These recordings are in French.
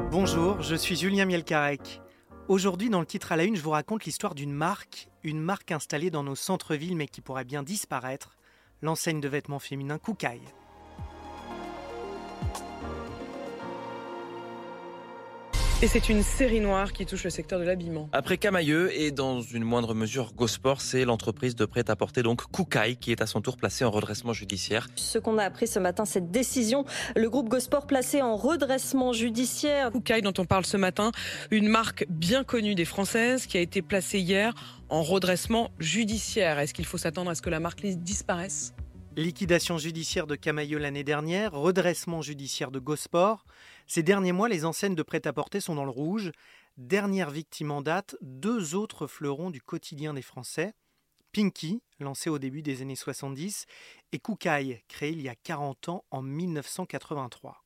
Bonjour, je suis Julien Mielcarec. Aujourd'hui, dans le titre à la une, je vous raconte l'histoire d'une marque installée dans nos centres-villes mais qui pourrait bien disparaître, l'enseigne de vêtements féminins Kookaï. Et c'est une série noire qui touche le secteur de l'habillement. Après Camaïeu et dans une moindre mesure Gosport, c'est l'entreprise de prêt-à-porter donc Kookaï qui est à son tour placée en redressement judiciaire. Ce qu'on a appris ce matin, cette décision, le groupe Gosport placé en redressement judiciaire. Kookaï dont on parle ce matin, une marque bien connue des Françaises qui a été placée hier en redressement judiciaire. Est-ce qu'il faut s'attendre à ce que la marque disparaisse ? Liquidation judiciaire de Camaïeu l'année dernière, redressement judiciaire de Gosport. Ces derniers mois, les enseignes de prêt-à-porter sont dans le rouge. Dernière victime en date, deux autres fleurons du quotidien des Français. Pinky, lancé au début des années 70, et Kookaï, créé il y a 40 ans en 1983.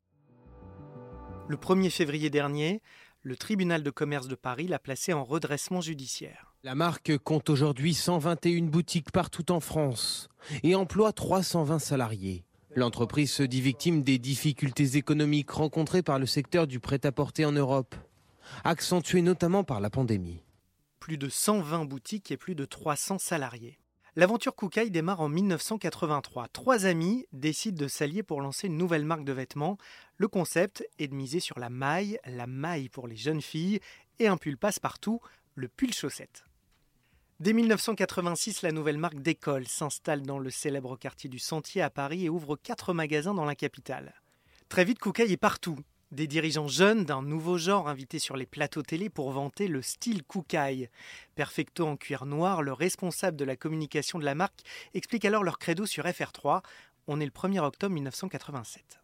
Le 1er février dernier, le tribunal de commerce de Paris l'a placé en redressement judiciaire. La marque compte aujourd'hui 121 boutiques partout en France et emploie 320 salariés. L'entreprise se dit victime des difficultés économiques rencontrées par le secteur du prêt-à-porter en Europe, accentuées notamment par la pandémie. Plus de 120 boutiques et plus de 300 salariés. L'aventure Kookaï démarre en 1983. Trois amis décident de s'allier pour lancer une nouvelle marque de vêtements. Le concept est de miser sur la maille pour les jeunes filles et un pull passe-partout, le pull chaussette. Dès 1986, la nouvelle marque décolle, s'installe dans le célèbre quartier du Sentier à Paris et ouvre 4 magasins dans la capitale. Très vite, Kookaï est partout. Des dirigeants jeunes d'un nouveau genre invités sur les plateaux télé pour vanter le style Kookaï. Perfecto en cuir noir, le responsable de la communication de la marque explique alors leur credo sur FR3. On est le 1er octobre 1987.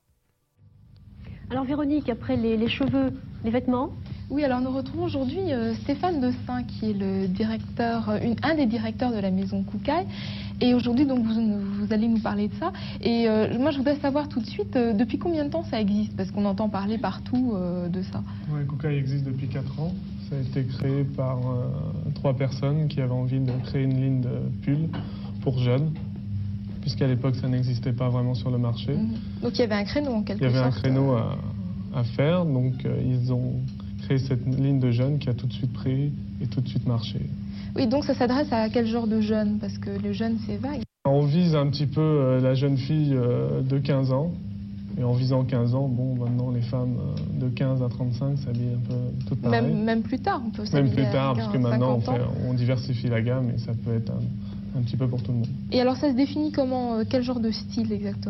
Alors Véronique, après les cheveux, les vêtements ? Oui, alors nous retrouvons aujourd'hui Stéphane Dessin qui est le directeur, un des directeurs de la maison Kookaï. Et aujourd'hui, donc, vous allez nous parler de ça. Et moi, je voudrais savoir tout de suite, depuis combien de temps ça existe ? Parce qu'on entend parler partout de ça. Oui, Kookaï existe depuis 4 ans. Ça a été créé par 3 personnes qui avaient envie de créer une ligne de pulls pour jeunes, puisqu'à l'époque, ça n'existait pas vraiment sur le marché. Donc il y avait un créneau en quelque sorte. Il y avait un créneau à faire, donc ils ont créé cette ligne de jeunes qui a tout de suite pris et tout de suite marché. Oui, donc ça s'adresse à quel genre de jeunes ? Parce que les jeunes, c'est vague. On vise un petit peu la jeune fille de 15 ans. Et en visant 15 ans, bon, maintenant les femmes de 15 à 35 s'habillent un peu tout pareil. Même plus tard, on peut Même s'habiller plus tard, parce que maintenant on diversifie la gamme et ça peut être un petit peu pour tout le monde. Et alors ça se définit comment ? Quel genre de style exactement ?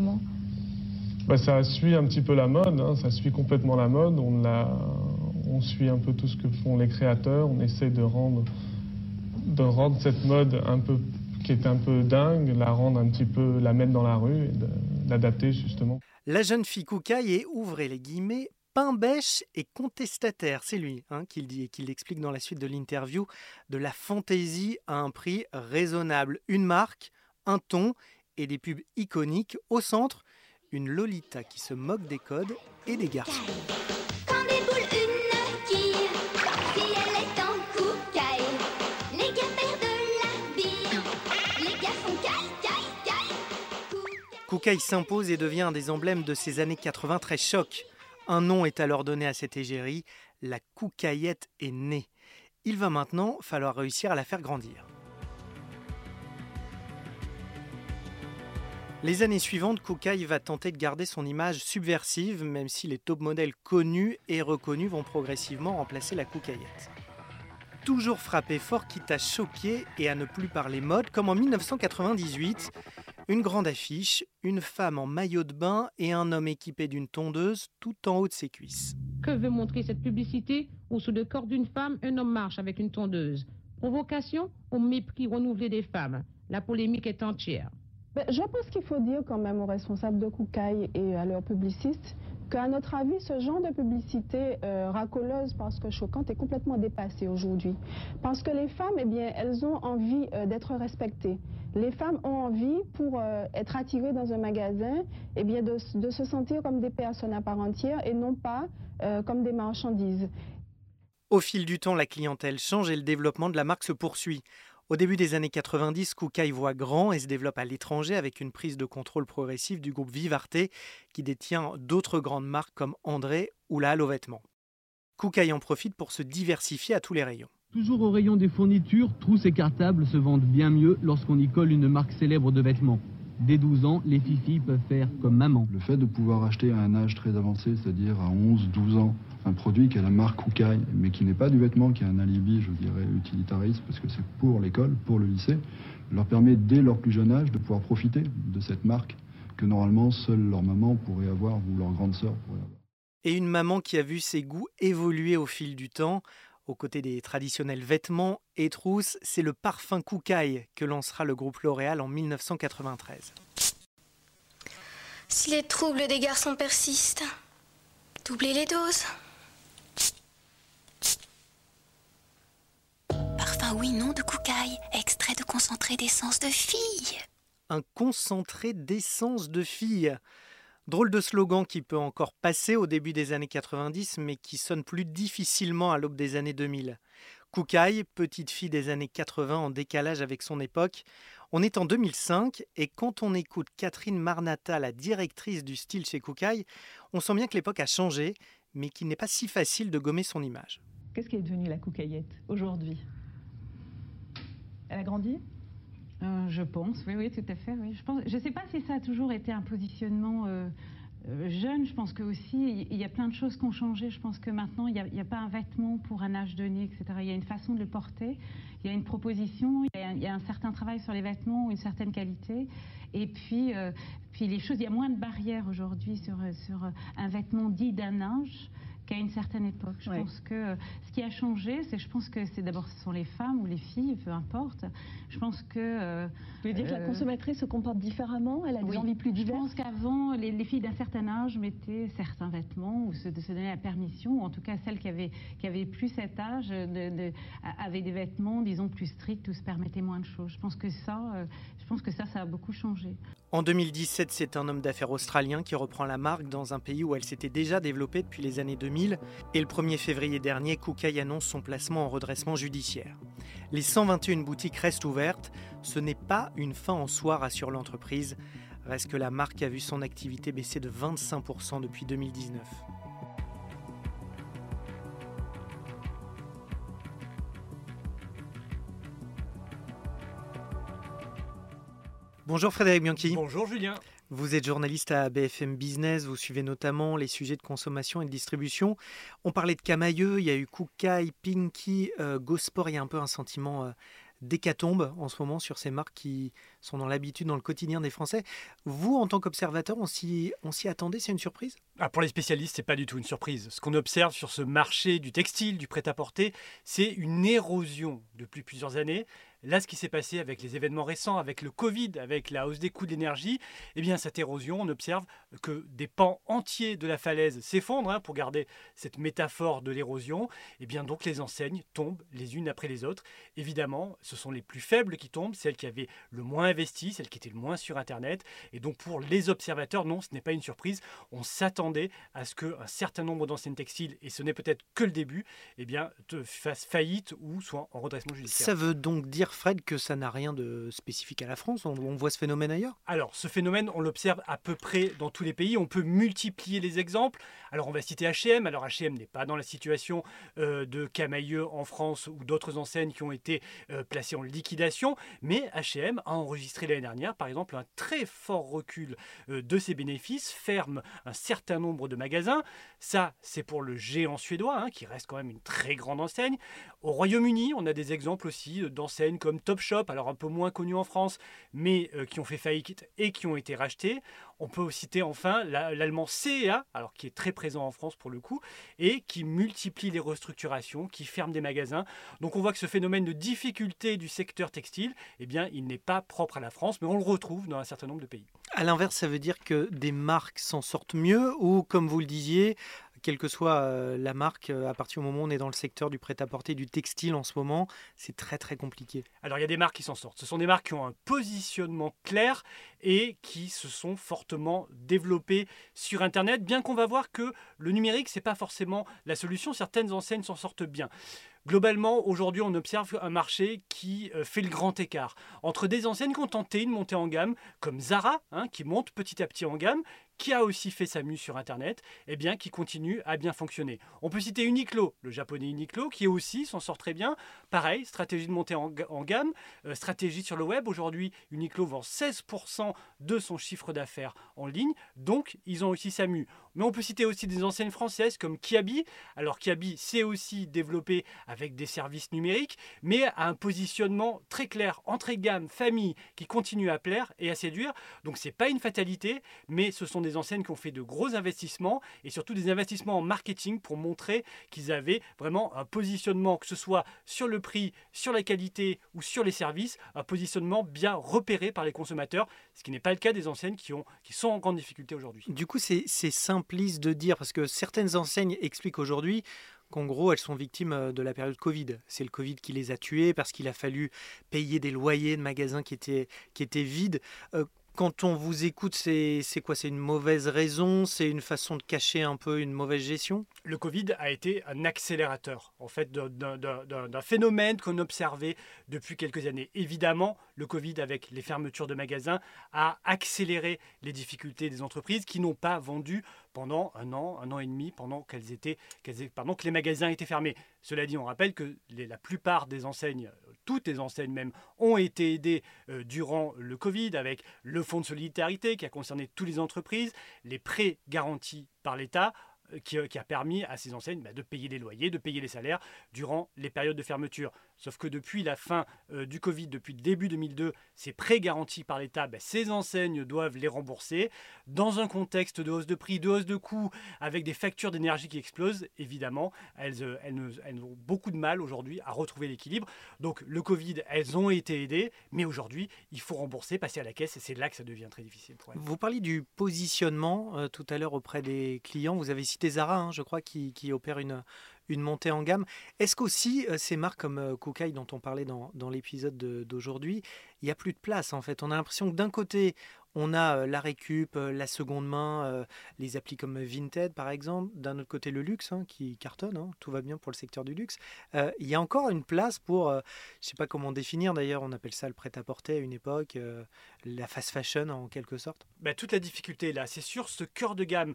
Ça suit un petit peu la mode, hein, ça suit complètement la mode. On suit un peu tout ce que font les créateurs. On essaie de rendre cette mode qui est un peu dingue, la mettre dans la rue et l'adapter justement. La jeune fille Kookaï est, ouvrez les guillemets, pain bêche et contestataire. C'est lui qui le dit et qui l'explique dans la suite de l'interview, de la fantaisie à un prix raisonnable. Une marque, un ton et des pubs iconiques. Au centre, une Lolita qui se moque des codes et des garçons. Quand déboule une quille, si elle est en Kookaï, les gars perdent la bille, les gars font caille. Kookaï s'impose et devient un des emblèmes de ces années 80 très choc. Un nom est alors donné à cette égérie, la Kookaïette est née. Il va maintenant falloir réussir à la faire grandir. Les années suivantes, Kookaï va tenter de garder son image subversive, même si les top modèles connus et reconnus vont progressivement remplacer la Kookaïette. Toujours frapper fort, quitte à choquer et à ne plus parler mode, comme en 1998, une grande affiche, une femme en maillot de bain et un homme équipé d'une tondeuse tout en haut de ses cuisses. Que veut montrer cette publicité où sous le corps d'une femme, un homme marche avec une tondeuse ? Provocation ou mépris renouvelé des femmes ? La polémique est entière. Je pense qu'il faut dire quand même aux responsables de Kookaï et à leurs publicistes qu'à notre avis, ce genre de publicité racoleuse parce que choquante est complètement dépassé aujourd'hui. Parce que les femmes, elles ont envie d'être respectées. Les femmes ont envie, pour être attirées dans un magasin, de se sentir comme des personnes à part entière et non pas comme des marchandises. Au fil du temps, la clientèle change et le développement de la marque se poursuit. Au début des années 90, Kookaï voit grand et se développe à l'étranger avec une prise de contrôle progressive du groupe Vivarte qui détient d'autres grandes marques comme André ou la Halle aux vêtements. Koukaï en profite pour se diversifier à tous les rayons. Toujours au rayon des fournitures, trousses et cartables se vendent bien mieux lorsqu'on y colle une marque célèbre de vêtements. Dès 12 ans, les filles peuvent faire comme maman. Le fait de pouvoir acheter à un âge très avancé, c'est-à-dire à 11-12 ans, un produit qui a la marque Koukaï, mais qui n'est pas du vêtement, qui est un alibi, je dirais, utilitariste, parce que c'est pour l'école, pour le lycée, leur permet dès leur plus jeune âge de pouvoir profiter de cette marque que normalement seule leur maman pourrait avoir ou leur grande sœur pourrait avoir. Et une maman qui a vu ses goûts évoluer au fil du temps. Aux côtés des traditionnels vêtements et trousses, c'est le parfum Koukaï que lancera le groupe L'Oréal en 1993. Si les troubles des garçons persistent, doublez les doses. Parfum oui, non de Koukaï, extrait de concentré d'essence de fille. Un concentré d'essence de fille. Drôle de slogan qui peut encore passer au début des années 90, mais qui sonne plus difficilement à l'aube des années 2000. Koukaï, petite fille des années 80 en décalage avec son époque. On est en 2005 et quand on écoute Catherine Marnata, la directrice du style chez Koukaï, on sent bien que l'époque a changé, mais qu'il n'est pas si facile de gommer son image. Qu'est-ce qui est devenu la Koukaïette aujourd'hui? Elle a grandi? Je pense, oui, tout à fait. Oui. Je ne sais pas si ça a toujours été un positionnement jeune. Je pense que aussi il y a plein de choses qui ont changé. Je pense que maintenant, il n'y a pas un vêtement pour un âge donné, etc. Il y a une façon de le porter, il y a une proposition, il y a un certain travail sur les vêtements, une certaine qualité. Et puis les choses, il y a moins de barrières aujourd'hui sur un vêtement dit d'un âge qu'à une certaine époque. Je pense que ce qui a changé, je pense que c'est d'abord ce sont les femmes ou les filles, peu importe. Je pense que... Vous voulez dire que la consommatrice se comporte différemment? Elle a des envies plus diverses? Je pense qu'avant, les filles d'un certain âge mettaient certains vêtements ou se donnaient la permission, ou en tout cas celles qui avaient plus cet âge avaient des vêtements, disons, plus stricts où se permettaient moins de choses. Je pense que ça a beaucoup changé. En 2017, c'est un homme d'affaires australien qui reprend la marque dans un pays où elle s'était déjà développée depuis les années 2000. Et le 1er février dernier, Koukaï annonce son placement en redressement judiciaire. Les 121 boutiques restent ouvertes. Ce n'est pas une fin en soi, rassure l'entreprise. Reste que la marque a vu son activité baisser de 25% depuis 2019. Bonjour Frédéric Bianchi. Bonjour Julien. Vous êtes journaliste à BFM Business, vous suivez notamment les sujets de consommation et de distribution. On parlait de Camaïeu, il y a eu Koukaï, Pinky, Gosport, il y a un peu un sentiment d'hécatombe en ce moment sur ces marques qui sont dans l'habitude, dans le quotidien des Français. Vous, en tant qu'observateur, on s'y attendait, c'est une surprise ? Pour les spécialistes, ce n'est pas du tout une surprise. Ce qu'on observe sur ce marché du textile, du prêt-à-porter, c'est une érosion depuis plusieurs années. Là, ce qui s'est passé avec les événements récents, avec le Covid, avec la hausse des coûts de l'énergie, eh bien, cette érosion, on observe que des pans entiers de la falaise s'effondrent, pour garder cette métaphore de l'érosion. Eh bien, donc, les enseignes tombent les unes après les autres. Évidemment, ce sont les plus faibles qui tombent, celles qui avaient le moins investi, celles qui étaient le moins sur Internet. Et donc, pour les observateurs, non, ce n'est pas une surprise. On s'attendait à ce qu'un certain nombre d'enseignes textiles, et ce n'est peut-être que le début, eh bien, fassent faillite ou soient en redressement judiciaire. Ça veut donc dire, Fred, que ça n'a rien de spécifique à la France? On voit ce phénomène ailleurs? Alors, ce phénomène, on l'observe à peu près dans tous les pays. On peut multiplier les exemples. Alors, on va citer H&M. Alors, H&M n'est pas dans la situation de Camaïeu en France ou d'autres enseignes qui ont été placées en liquidation. Mais H&M a enregistré l'année dernière, par exemple, un très fort recul de ses bénéfices, ferme un certain nombre de magasins. Ça, c'est pour le géant suédois, qui reste quand même une très grande enseigne. Au Royaume-Uni, on a des exemples aussi d'enseignes comme Topshop, alors un peu moins connues en France, mais qui ont fait faillite et qui ont été rachetées. On peut citer enfin l'allemand CEA, alors qui est très présent en France pour le coup, et qui multiplie les restructurations, qui ferme des magasins. Donc on voit que ce phénomène de difficulté du secteur textile, eh bien, il n'est pas propre à la France, mais on le retrouve dans un certain nombre de pays. À l'inverse, ça veut dire que des marques s'en sortent mieux ou, comme vous le disiez, quelle que soit la marque, à partir du moment où on est dans le secteur du prêt-à-porter, du textile en ce moment, c'est très très compliqué. Alors il y a des marques qui s'en sortent. Ce sont des marques qui ont un positionnement clair et qui se sont fortement développées sur Internet, bien qu'on va voir que le numérique, ce n'est pas forcément la solution. Certaines enseignes s'en sortent bien. Globalement, aujourd'hui, on observe un marché qui fait le grand écart entre des enseignes qui ont tenté une montée en gamme, comme Zara, qui monte petit à petit en gamme, qui a aussi fait sa mue sur Internet, qui continue à bien fonctionner. On peut citer Uniqlo, le japonais Uniqlo, qui aussi s'en sort très bien. Pareil, stratégie de montée en gamme, stratégie sur le web. Aujourd'hui, Uniqlo vend 16% de son chiffre d'affaires en ligne, donc ils ont aussi sa mue. Mais on peut citer aussi des enseignes françaises comme Kiabi. Alors Kiabi s'est aussi développé avec des services numériques, mais à un positionnement très clair, entrée de gamme, famille, qui continue à plaire et à séduire. Donc c'est pas une fatalité, mais ce sont des enseignes qui ont fait de gros investissements et surtout des investissements en marketing pour montrer qu'ils avaient vraiment un positionnement, que ce soit sur le prix, sur la qualité ou sur les services, un positionnement bien repéré par les consommateurs, ce qui n'est pas le cas des enseignes qui sont en grande difficulté aujourd'hui. Du coup, c'est simpliste de dire, parce que certaines enseignes expliquent aujourd'hui qu'en gros, elles sont victimes de la période Covid. C'est le Covid qui les a tuées parce qu'il a fallu payer des loyers de magasins qui étaient vides. Quand on vous écoute, c'est quoi? C'est une mauvaise raison? C'est une façon de cacher un peu une mauvaise gestion? Le Covid a été un accélérateur en fait, d'un phénomène qu'on observait depuis quelques années. Évidemment, le Covid, avec les fermetures de magasins, a accéléré les difficultés des entreprises qui n'ont pas vendu pendant un an et demi, pendant que les magasins étaient fermés. Cela dit, on rappelle que la plupart des enseignes, toutes les enseignes même, ont été aidées durant le Covid avec le fonds de solidarité qui a concerné toutes les entreprises, les prêts garantis par l'État, qui a permis à ces enseignes de payer les loyers, de payer les salaires durant les périodes de fermeture. Sauf que depuis la fin du Covid, depuis le début 2002, ces prêts garantis par l'État, ces enseignes doivent les rembourser. Dans un contexte de hausse de prix, de hausse de coûts, avec des factures d'énergie qui explosent, évidemment, elles ont beaucoup de mal aujourd'hui à retrouver l'équilibre. Donc le Covid, elles ont été aidées, mais aujourd'hui, il faut rembourser, passer à la caisse, et c'est là que ça devient très difficile pour elles. Vous parliez du positionnement tout à l'heure auprès des clients. Vous avez cité Zara, je crois, qui opère une montée en gamme. Est-ce qu'aussi ces marques comme Kookaï dont on parlait dans l'épisode d'aujourd'hui, il n'y a plus de place en fait? On a l'impression que d'un côté, on a la récup, la seconde main, les applis comme Vinted par exemple. D'un autre côté, le luxe qui cartonne, tout va bien pour le secteur du luxe. Il y a encore une place pour, je ne sais pas comment définir d'ailleurs, on appelle ça le prêt-à-porter à une époque, la fast fashion en quelque sorte. Toute la difficulté là, c'est sur ce cœur de gamme,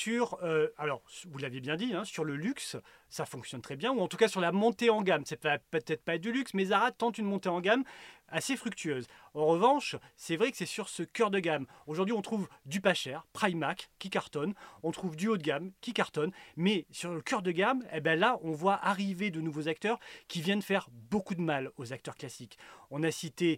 alors vous l'avez bien dit, sur le luxe, ça fonctionne très bien, ou en tout cas sur la montée en gamme. C'est peut-être pas du luxe, mais Zara tente une montée en gamme assez fructueuse. En revanche, c'est vrai que c'est sur ce cœur de gamme. Aujourd'hui, on trouve du pas cher, Primark, qui cartonne, on trouve du haut de gamme, qui cartonne, mais sur le cœur de gamme, là, on voit arriver de nouveaux acteurs qui viennent faire beaucoup de mal aux acteurs classiques. On a cité,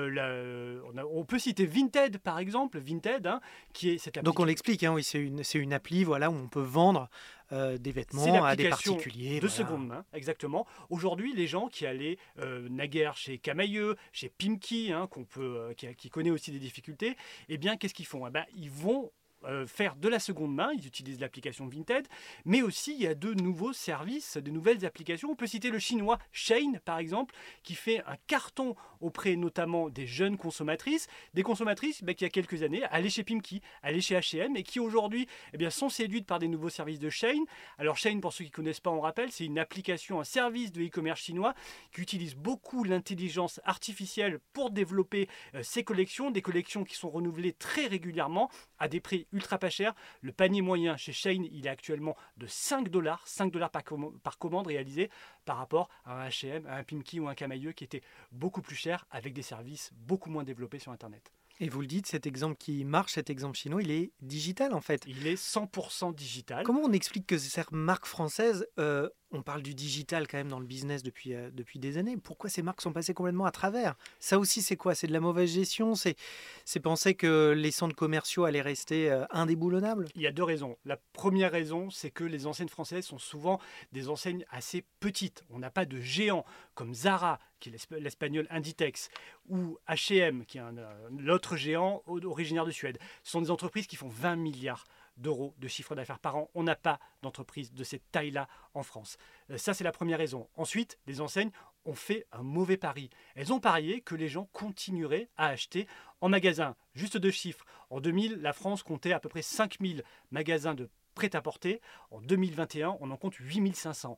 on peut citer Vinted, par exemple, Vinted, qui est cette appli. Donc on l'explique, oui, c'est une appli, où on peut vendre des vêtements à des particuliers. De seconde main, exactement. Aujourd'hui, les gens qui allaient naguère chez Camaïeu, chez Pimki, qui connaît aussi des difficultés, qu'est-ce qu'ils font? Ils vont faire de la seconde main, ils utilisent l'application Vinted, mais aussi il y a de nouveaux services, de nouvelles applications. On peut citer le chinois Shein par exemple, qui fait un carton auprès notamment des jeunes consommatrices, des consommatrices qui il y a quelques années allaient chez Pimki, allaient chez H&M et qui aujourd'hui sont séduites par des nouveaux services de Shein. Alors Shein, pour ceux qui ne connaissent pas, on rappelle, c'est une application, un service de e-commerce chinois qui utilise beaucoup l'intelligence artificielle pour développer ses collections, des collections qui sont renouvelées très régulièrement à des prix ultra pas cher. Le panier moyen chez Shein, il est actuellement de $5 par commande réalisée par rapport à un H&M, à un Pimki ou un Camaïeu qui était beaucoup plus cher avec des services beaucoup moins développés sur Internet. Et vous le dites, cet exemple qui marche, cet exemple chinois, il est digital en fait. Il est 100% digital. Comment on explique que ces marques françaises, on parle du digital quand même dans le business depuis des années, pourquoi ces marques sont passées complètement à travers? Ça aussi, c'est quoi? C'est de la mauvaise gestion? C'est penser que les centres commerciaux allaient rester indéboulonnables? Il y a deux raisons. La première raison, c'est que les enseignes françaises sont souvent des enseignes assez petites. On n'a pas de géants comme Zara, qui est l'espagnol Inditex, ou H&M, qui est l'autre géant originaire de Suède. Ce sont des entreprises qui font 20 milliards d'euros de chiffre d'affaires par an. On n'a pas d'entreprise de cette taille-là en France. Ça, c'est la première raison. Ensuite, les enseignes ont fait un mauvais pari. Elles ont parié que les gens continueraient à acheter en magasin. Juste deux chiffres. En 2000, la France comptait à peu près 5000 magasins de prêt-à-porter. En 2021, on en compte 8500.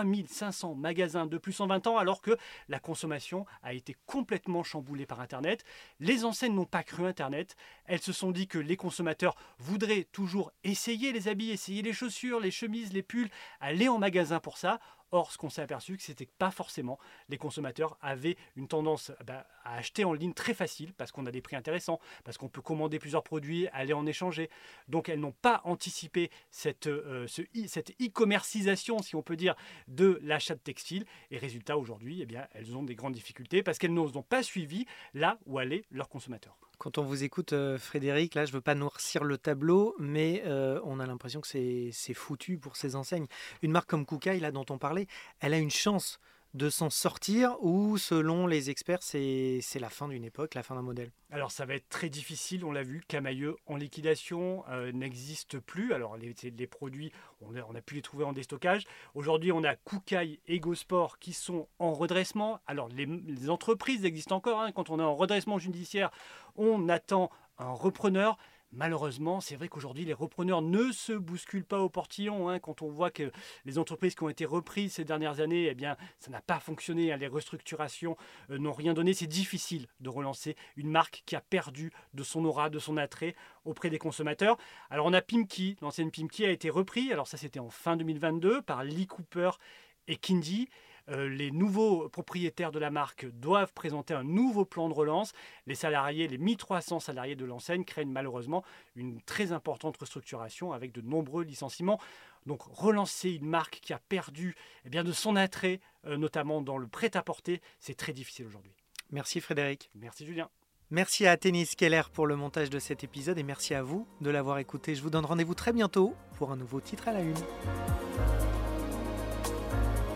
3500 magasins de plus en 20 ans, alors que la consommation a été complètement chamboulée par Internet. Les enseignes n'ont pas cru Internet. Elles se sont dit que les consommateurs voudraient toujours essayer les habits, essayer les chaussures, les chemises, les pulls, aller en magasin pour ça. Or, ce qu'on s'est aperçu, que c'était pas forcément. Les consommateurs avaient une tendance à acheter en ligne très facile, parce qu'on a des prix intéressants, parce qu'on peut commander plusieurs produits, aller en échanger. Donc, elles n'ont pas anticipé cette e-commercisation, si on peut dire, de l'achat de textiles. Et résultat, aujourd'hui, elles ont des grandes difficultés, parce qu'elles n'ont pas suivi là où allaient leurs consommateurs. Quand on vous écoute, Frédéric, là, je ne veux pas noircir le tableau, mais on a l'impression que c'est foutu pour ces enseignes. Une marque comme Kookaï, là, dont on parlait, elle a une chance de s'en sortir ou, selon les experts, c'est la fin d'une époque, la fin d'un modèle? Alors ça va être très difficile, on l'a vu, Camaïeu en liquidation n'existe plus. Alors les produits, on a pu les trouver en déstockage. Aujourd'hui, on a Kookaï et Go-Sport qui sont en redressement. Alors les entreprises existent encore, hein. Quand on est en redressement judiciaire, on attend un repreneur. Malheureusement, c'est vrai qu'aujourd'hui, les repreneurs ne se bousculent pas au portillon. Hein. Quand on voit que les entreprises qui ont été reprises ces dernières années, ça n'a pas fonctionné. Hein. Les restructurations n'ont rien donné. C'est difficile de relancer une marque qui a perdu de son aura, de son attrait auprès des consommateurs. Alors, on a Pimki. L'ancienne Pimki a été reprise. Alors ça, c'était en fin 2022 par Lee Cooper et Kindy. Les nouveaux propriétaires de la marque doivent présenter un nouveau plan de relance. Les salariés, les 1300 salariés de l'enseigne craignent malheureusement une très importante restructuration avec de nombreux licenciements. Donc relancer une marque qui a perdu de son attrait, notamment dans le prêt-à-porter, c'est très difficile aujourd'hui. Merci Frédéric. Merci Julien. Merci à Ténis Keller pour le montage de cet épisode et merci à vous de l'avoir écouté. Je vous donne rendez-vous très bientôt pour un nouveau titre à la une.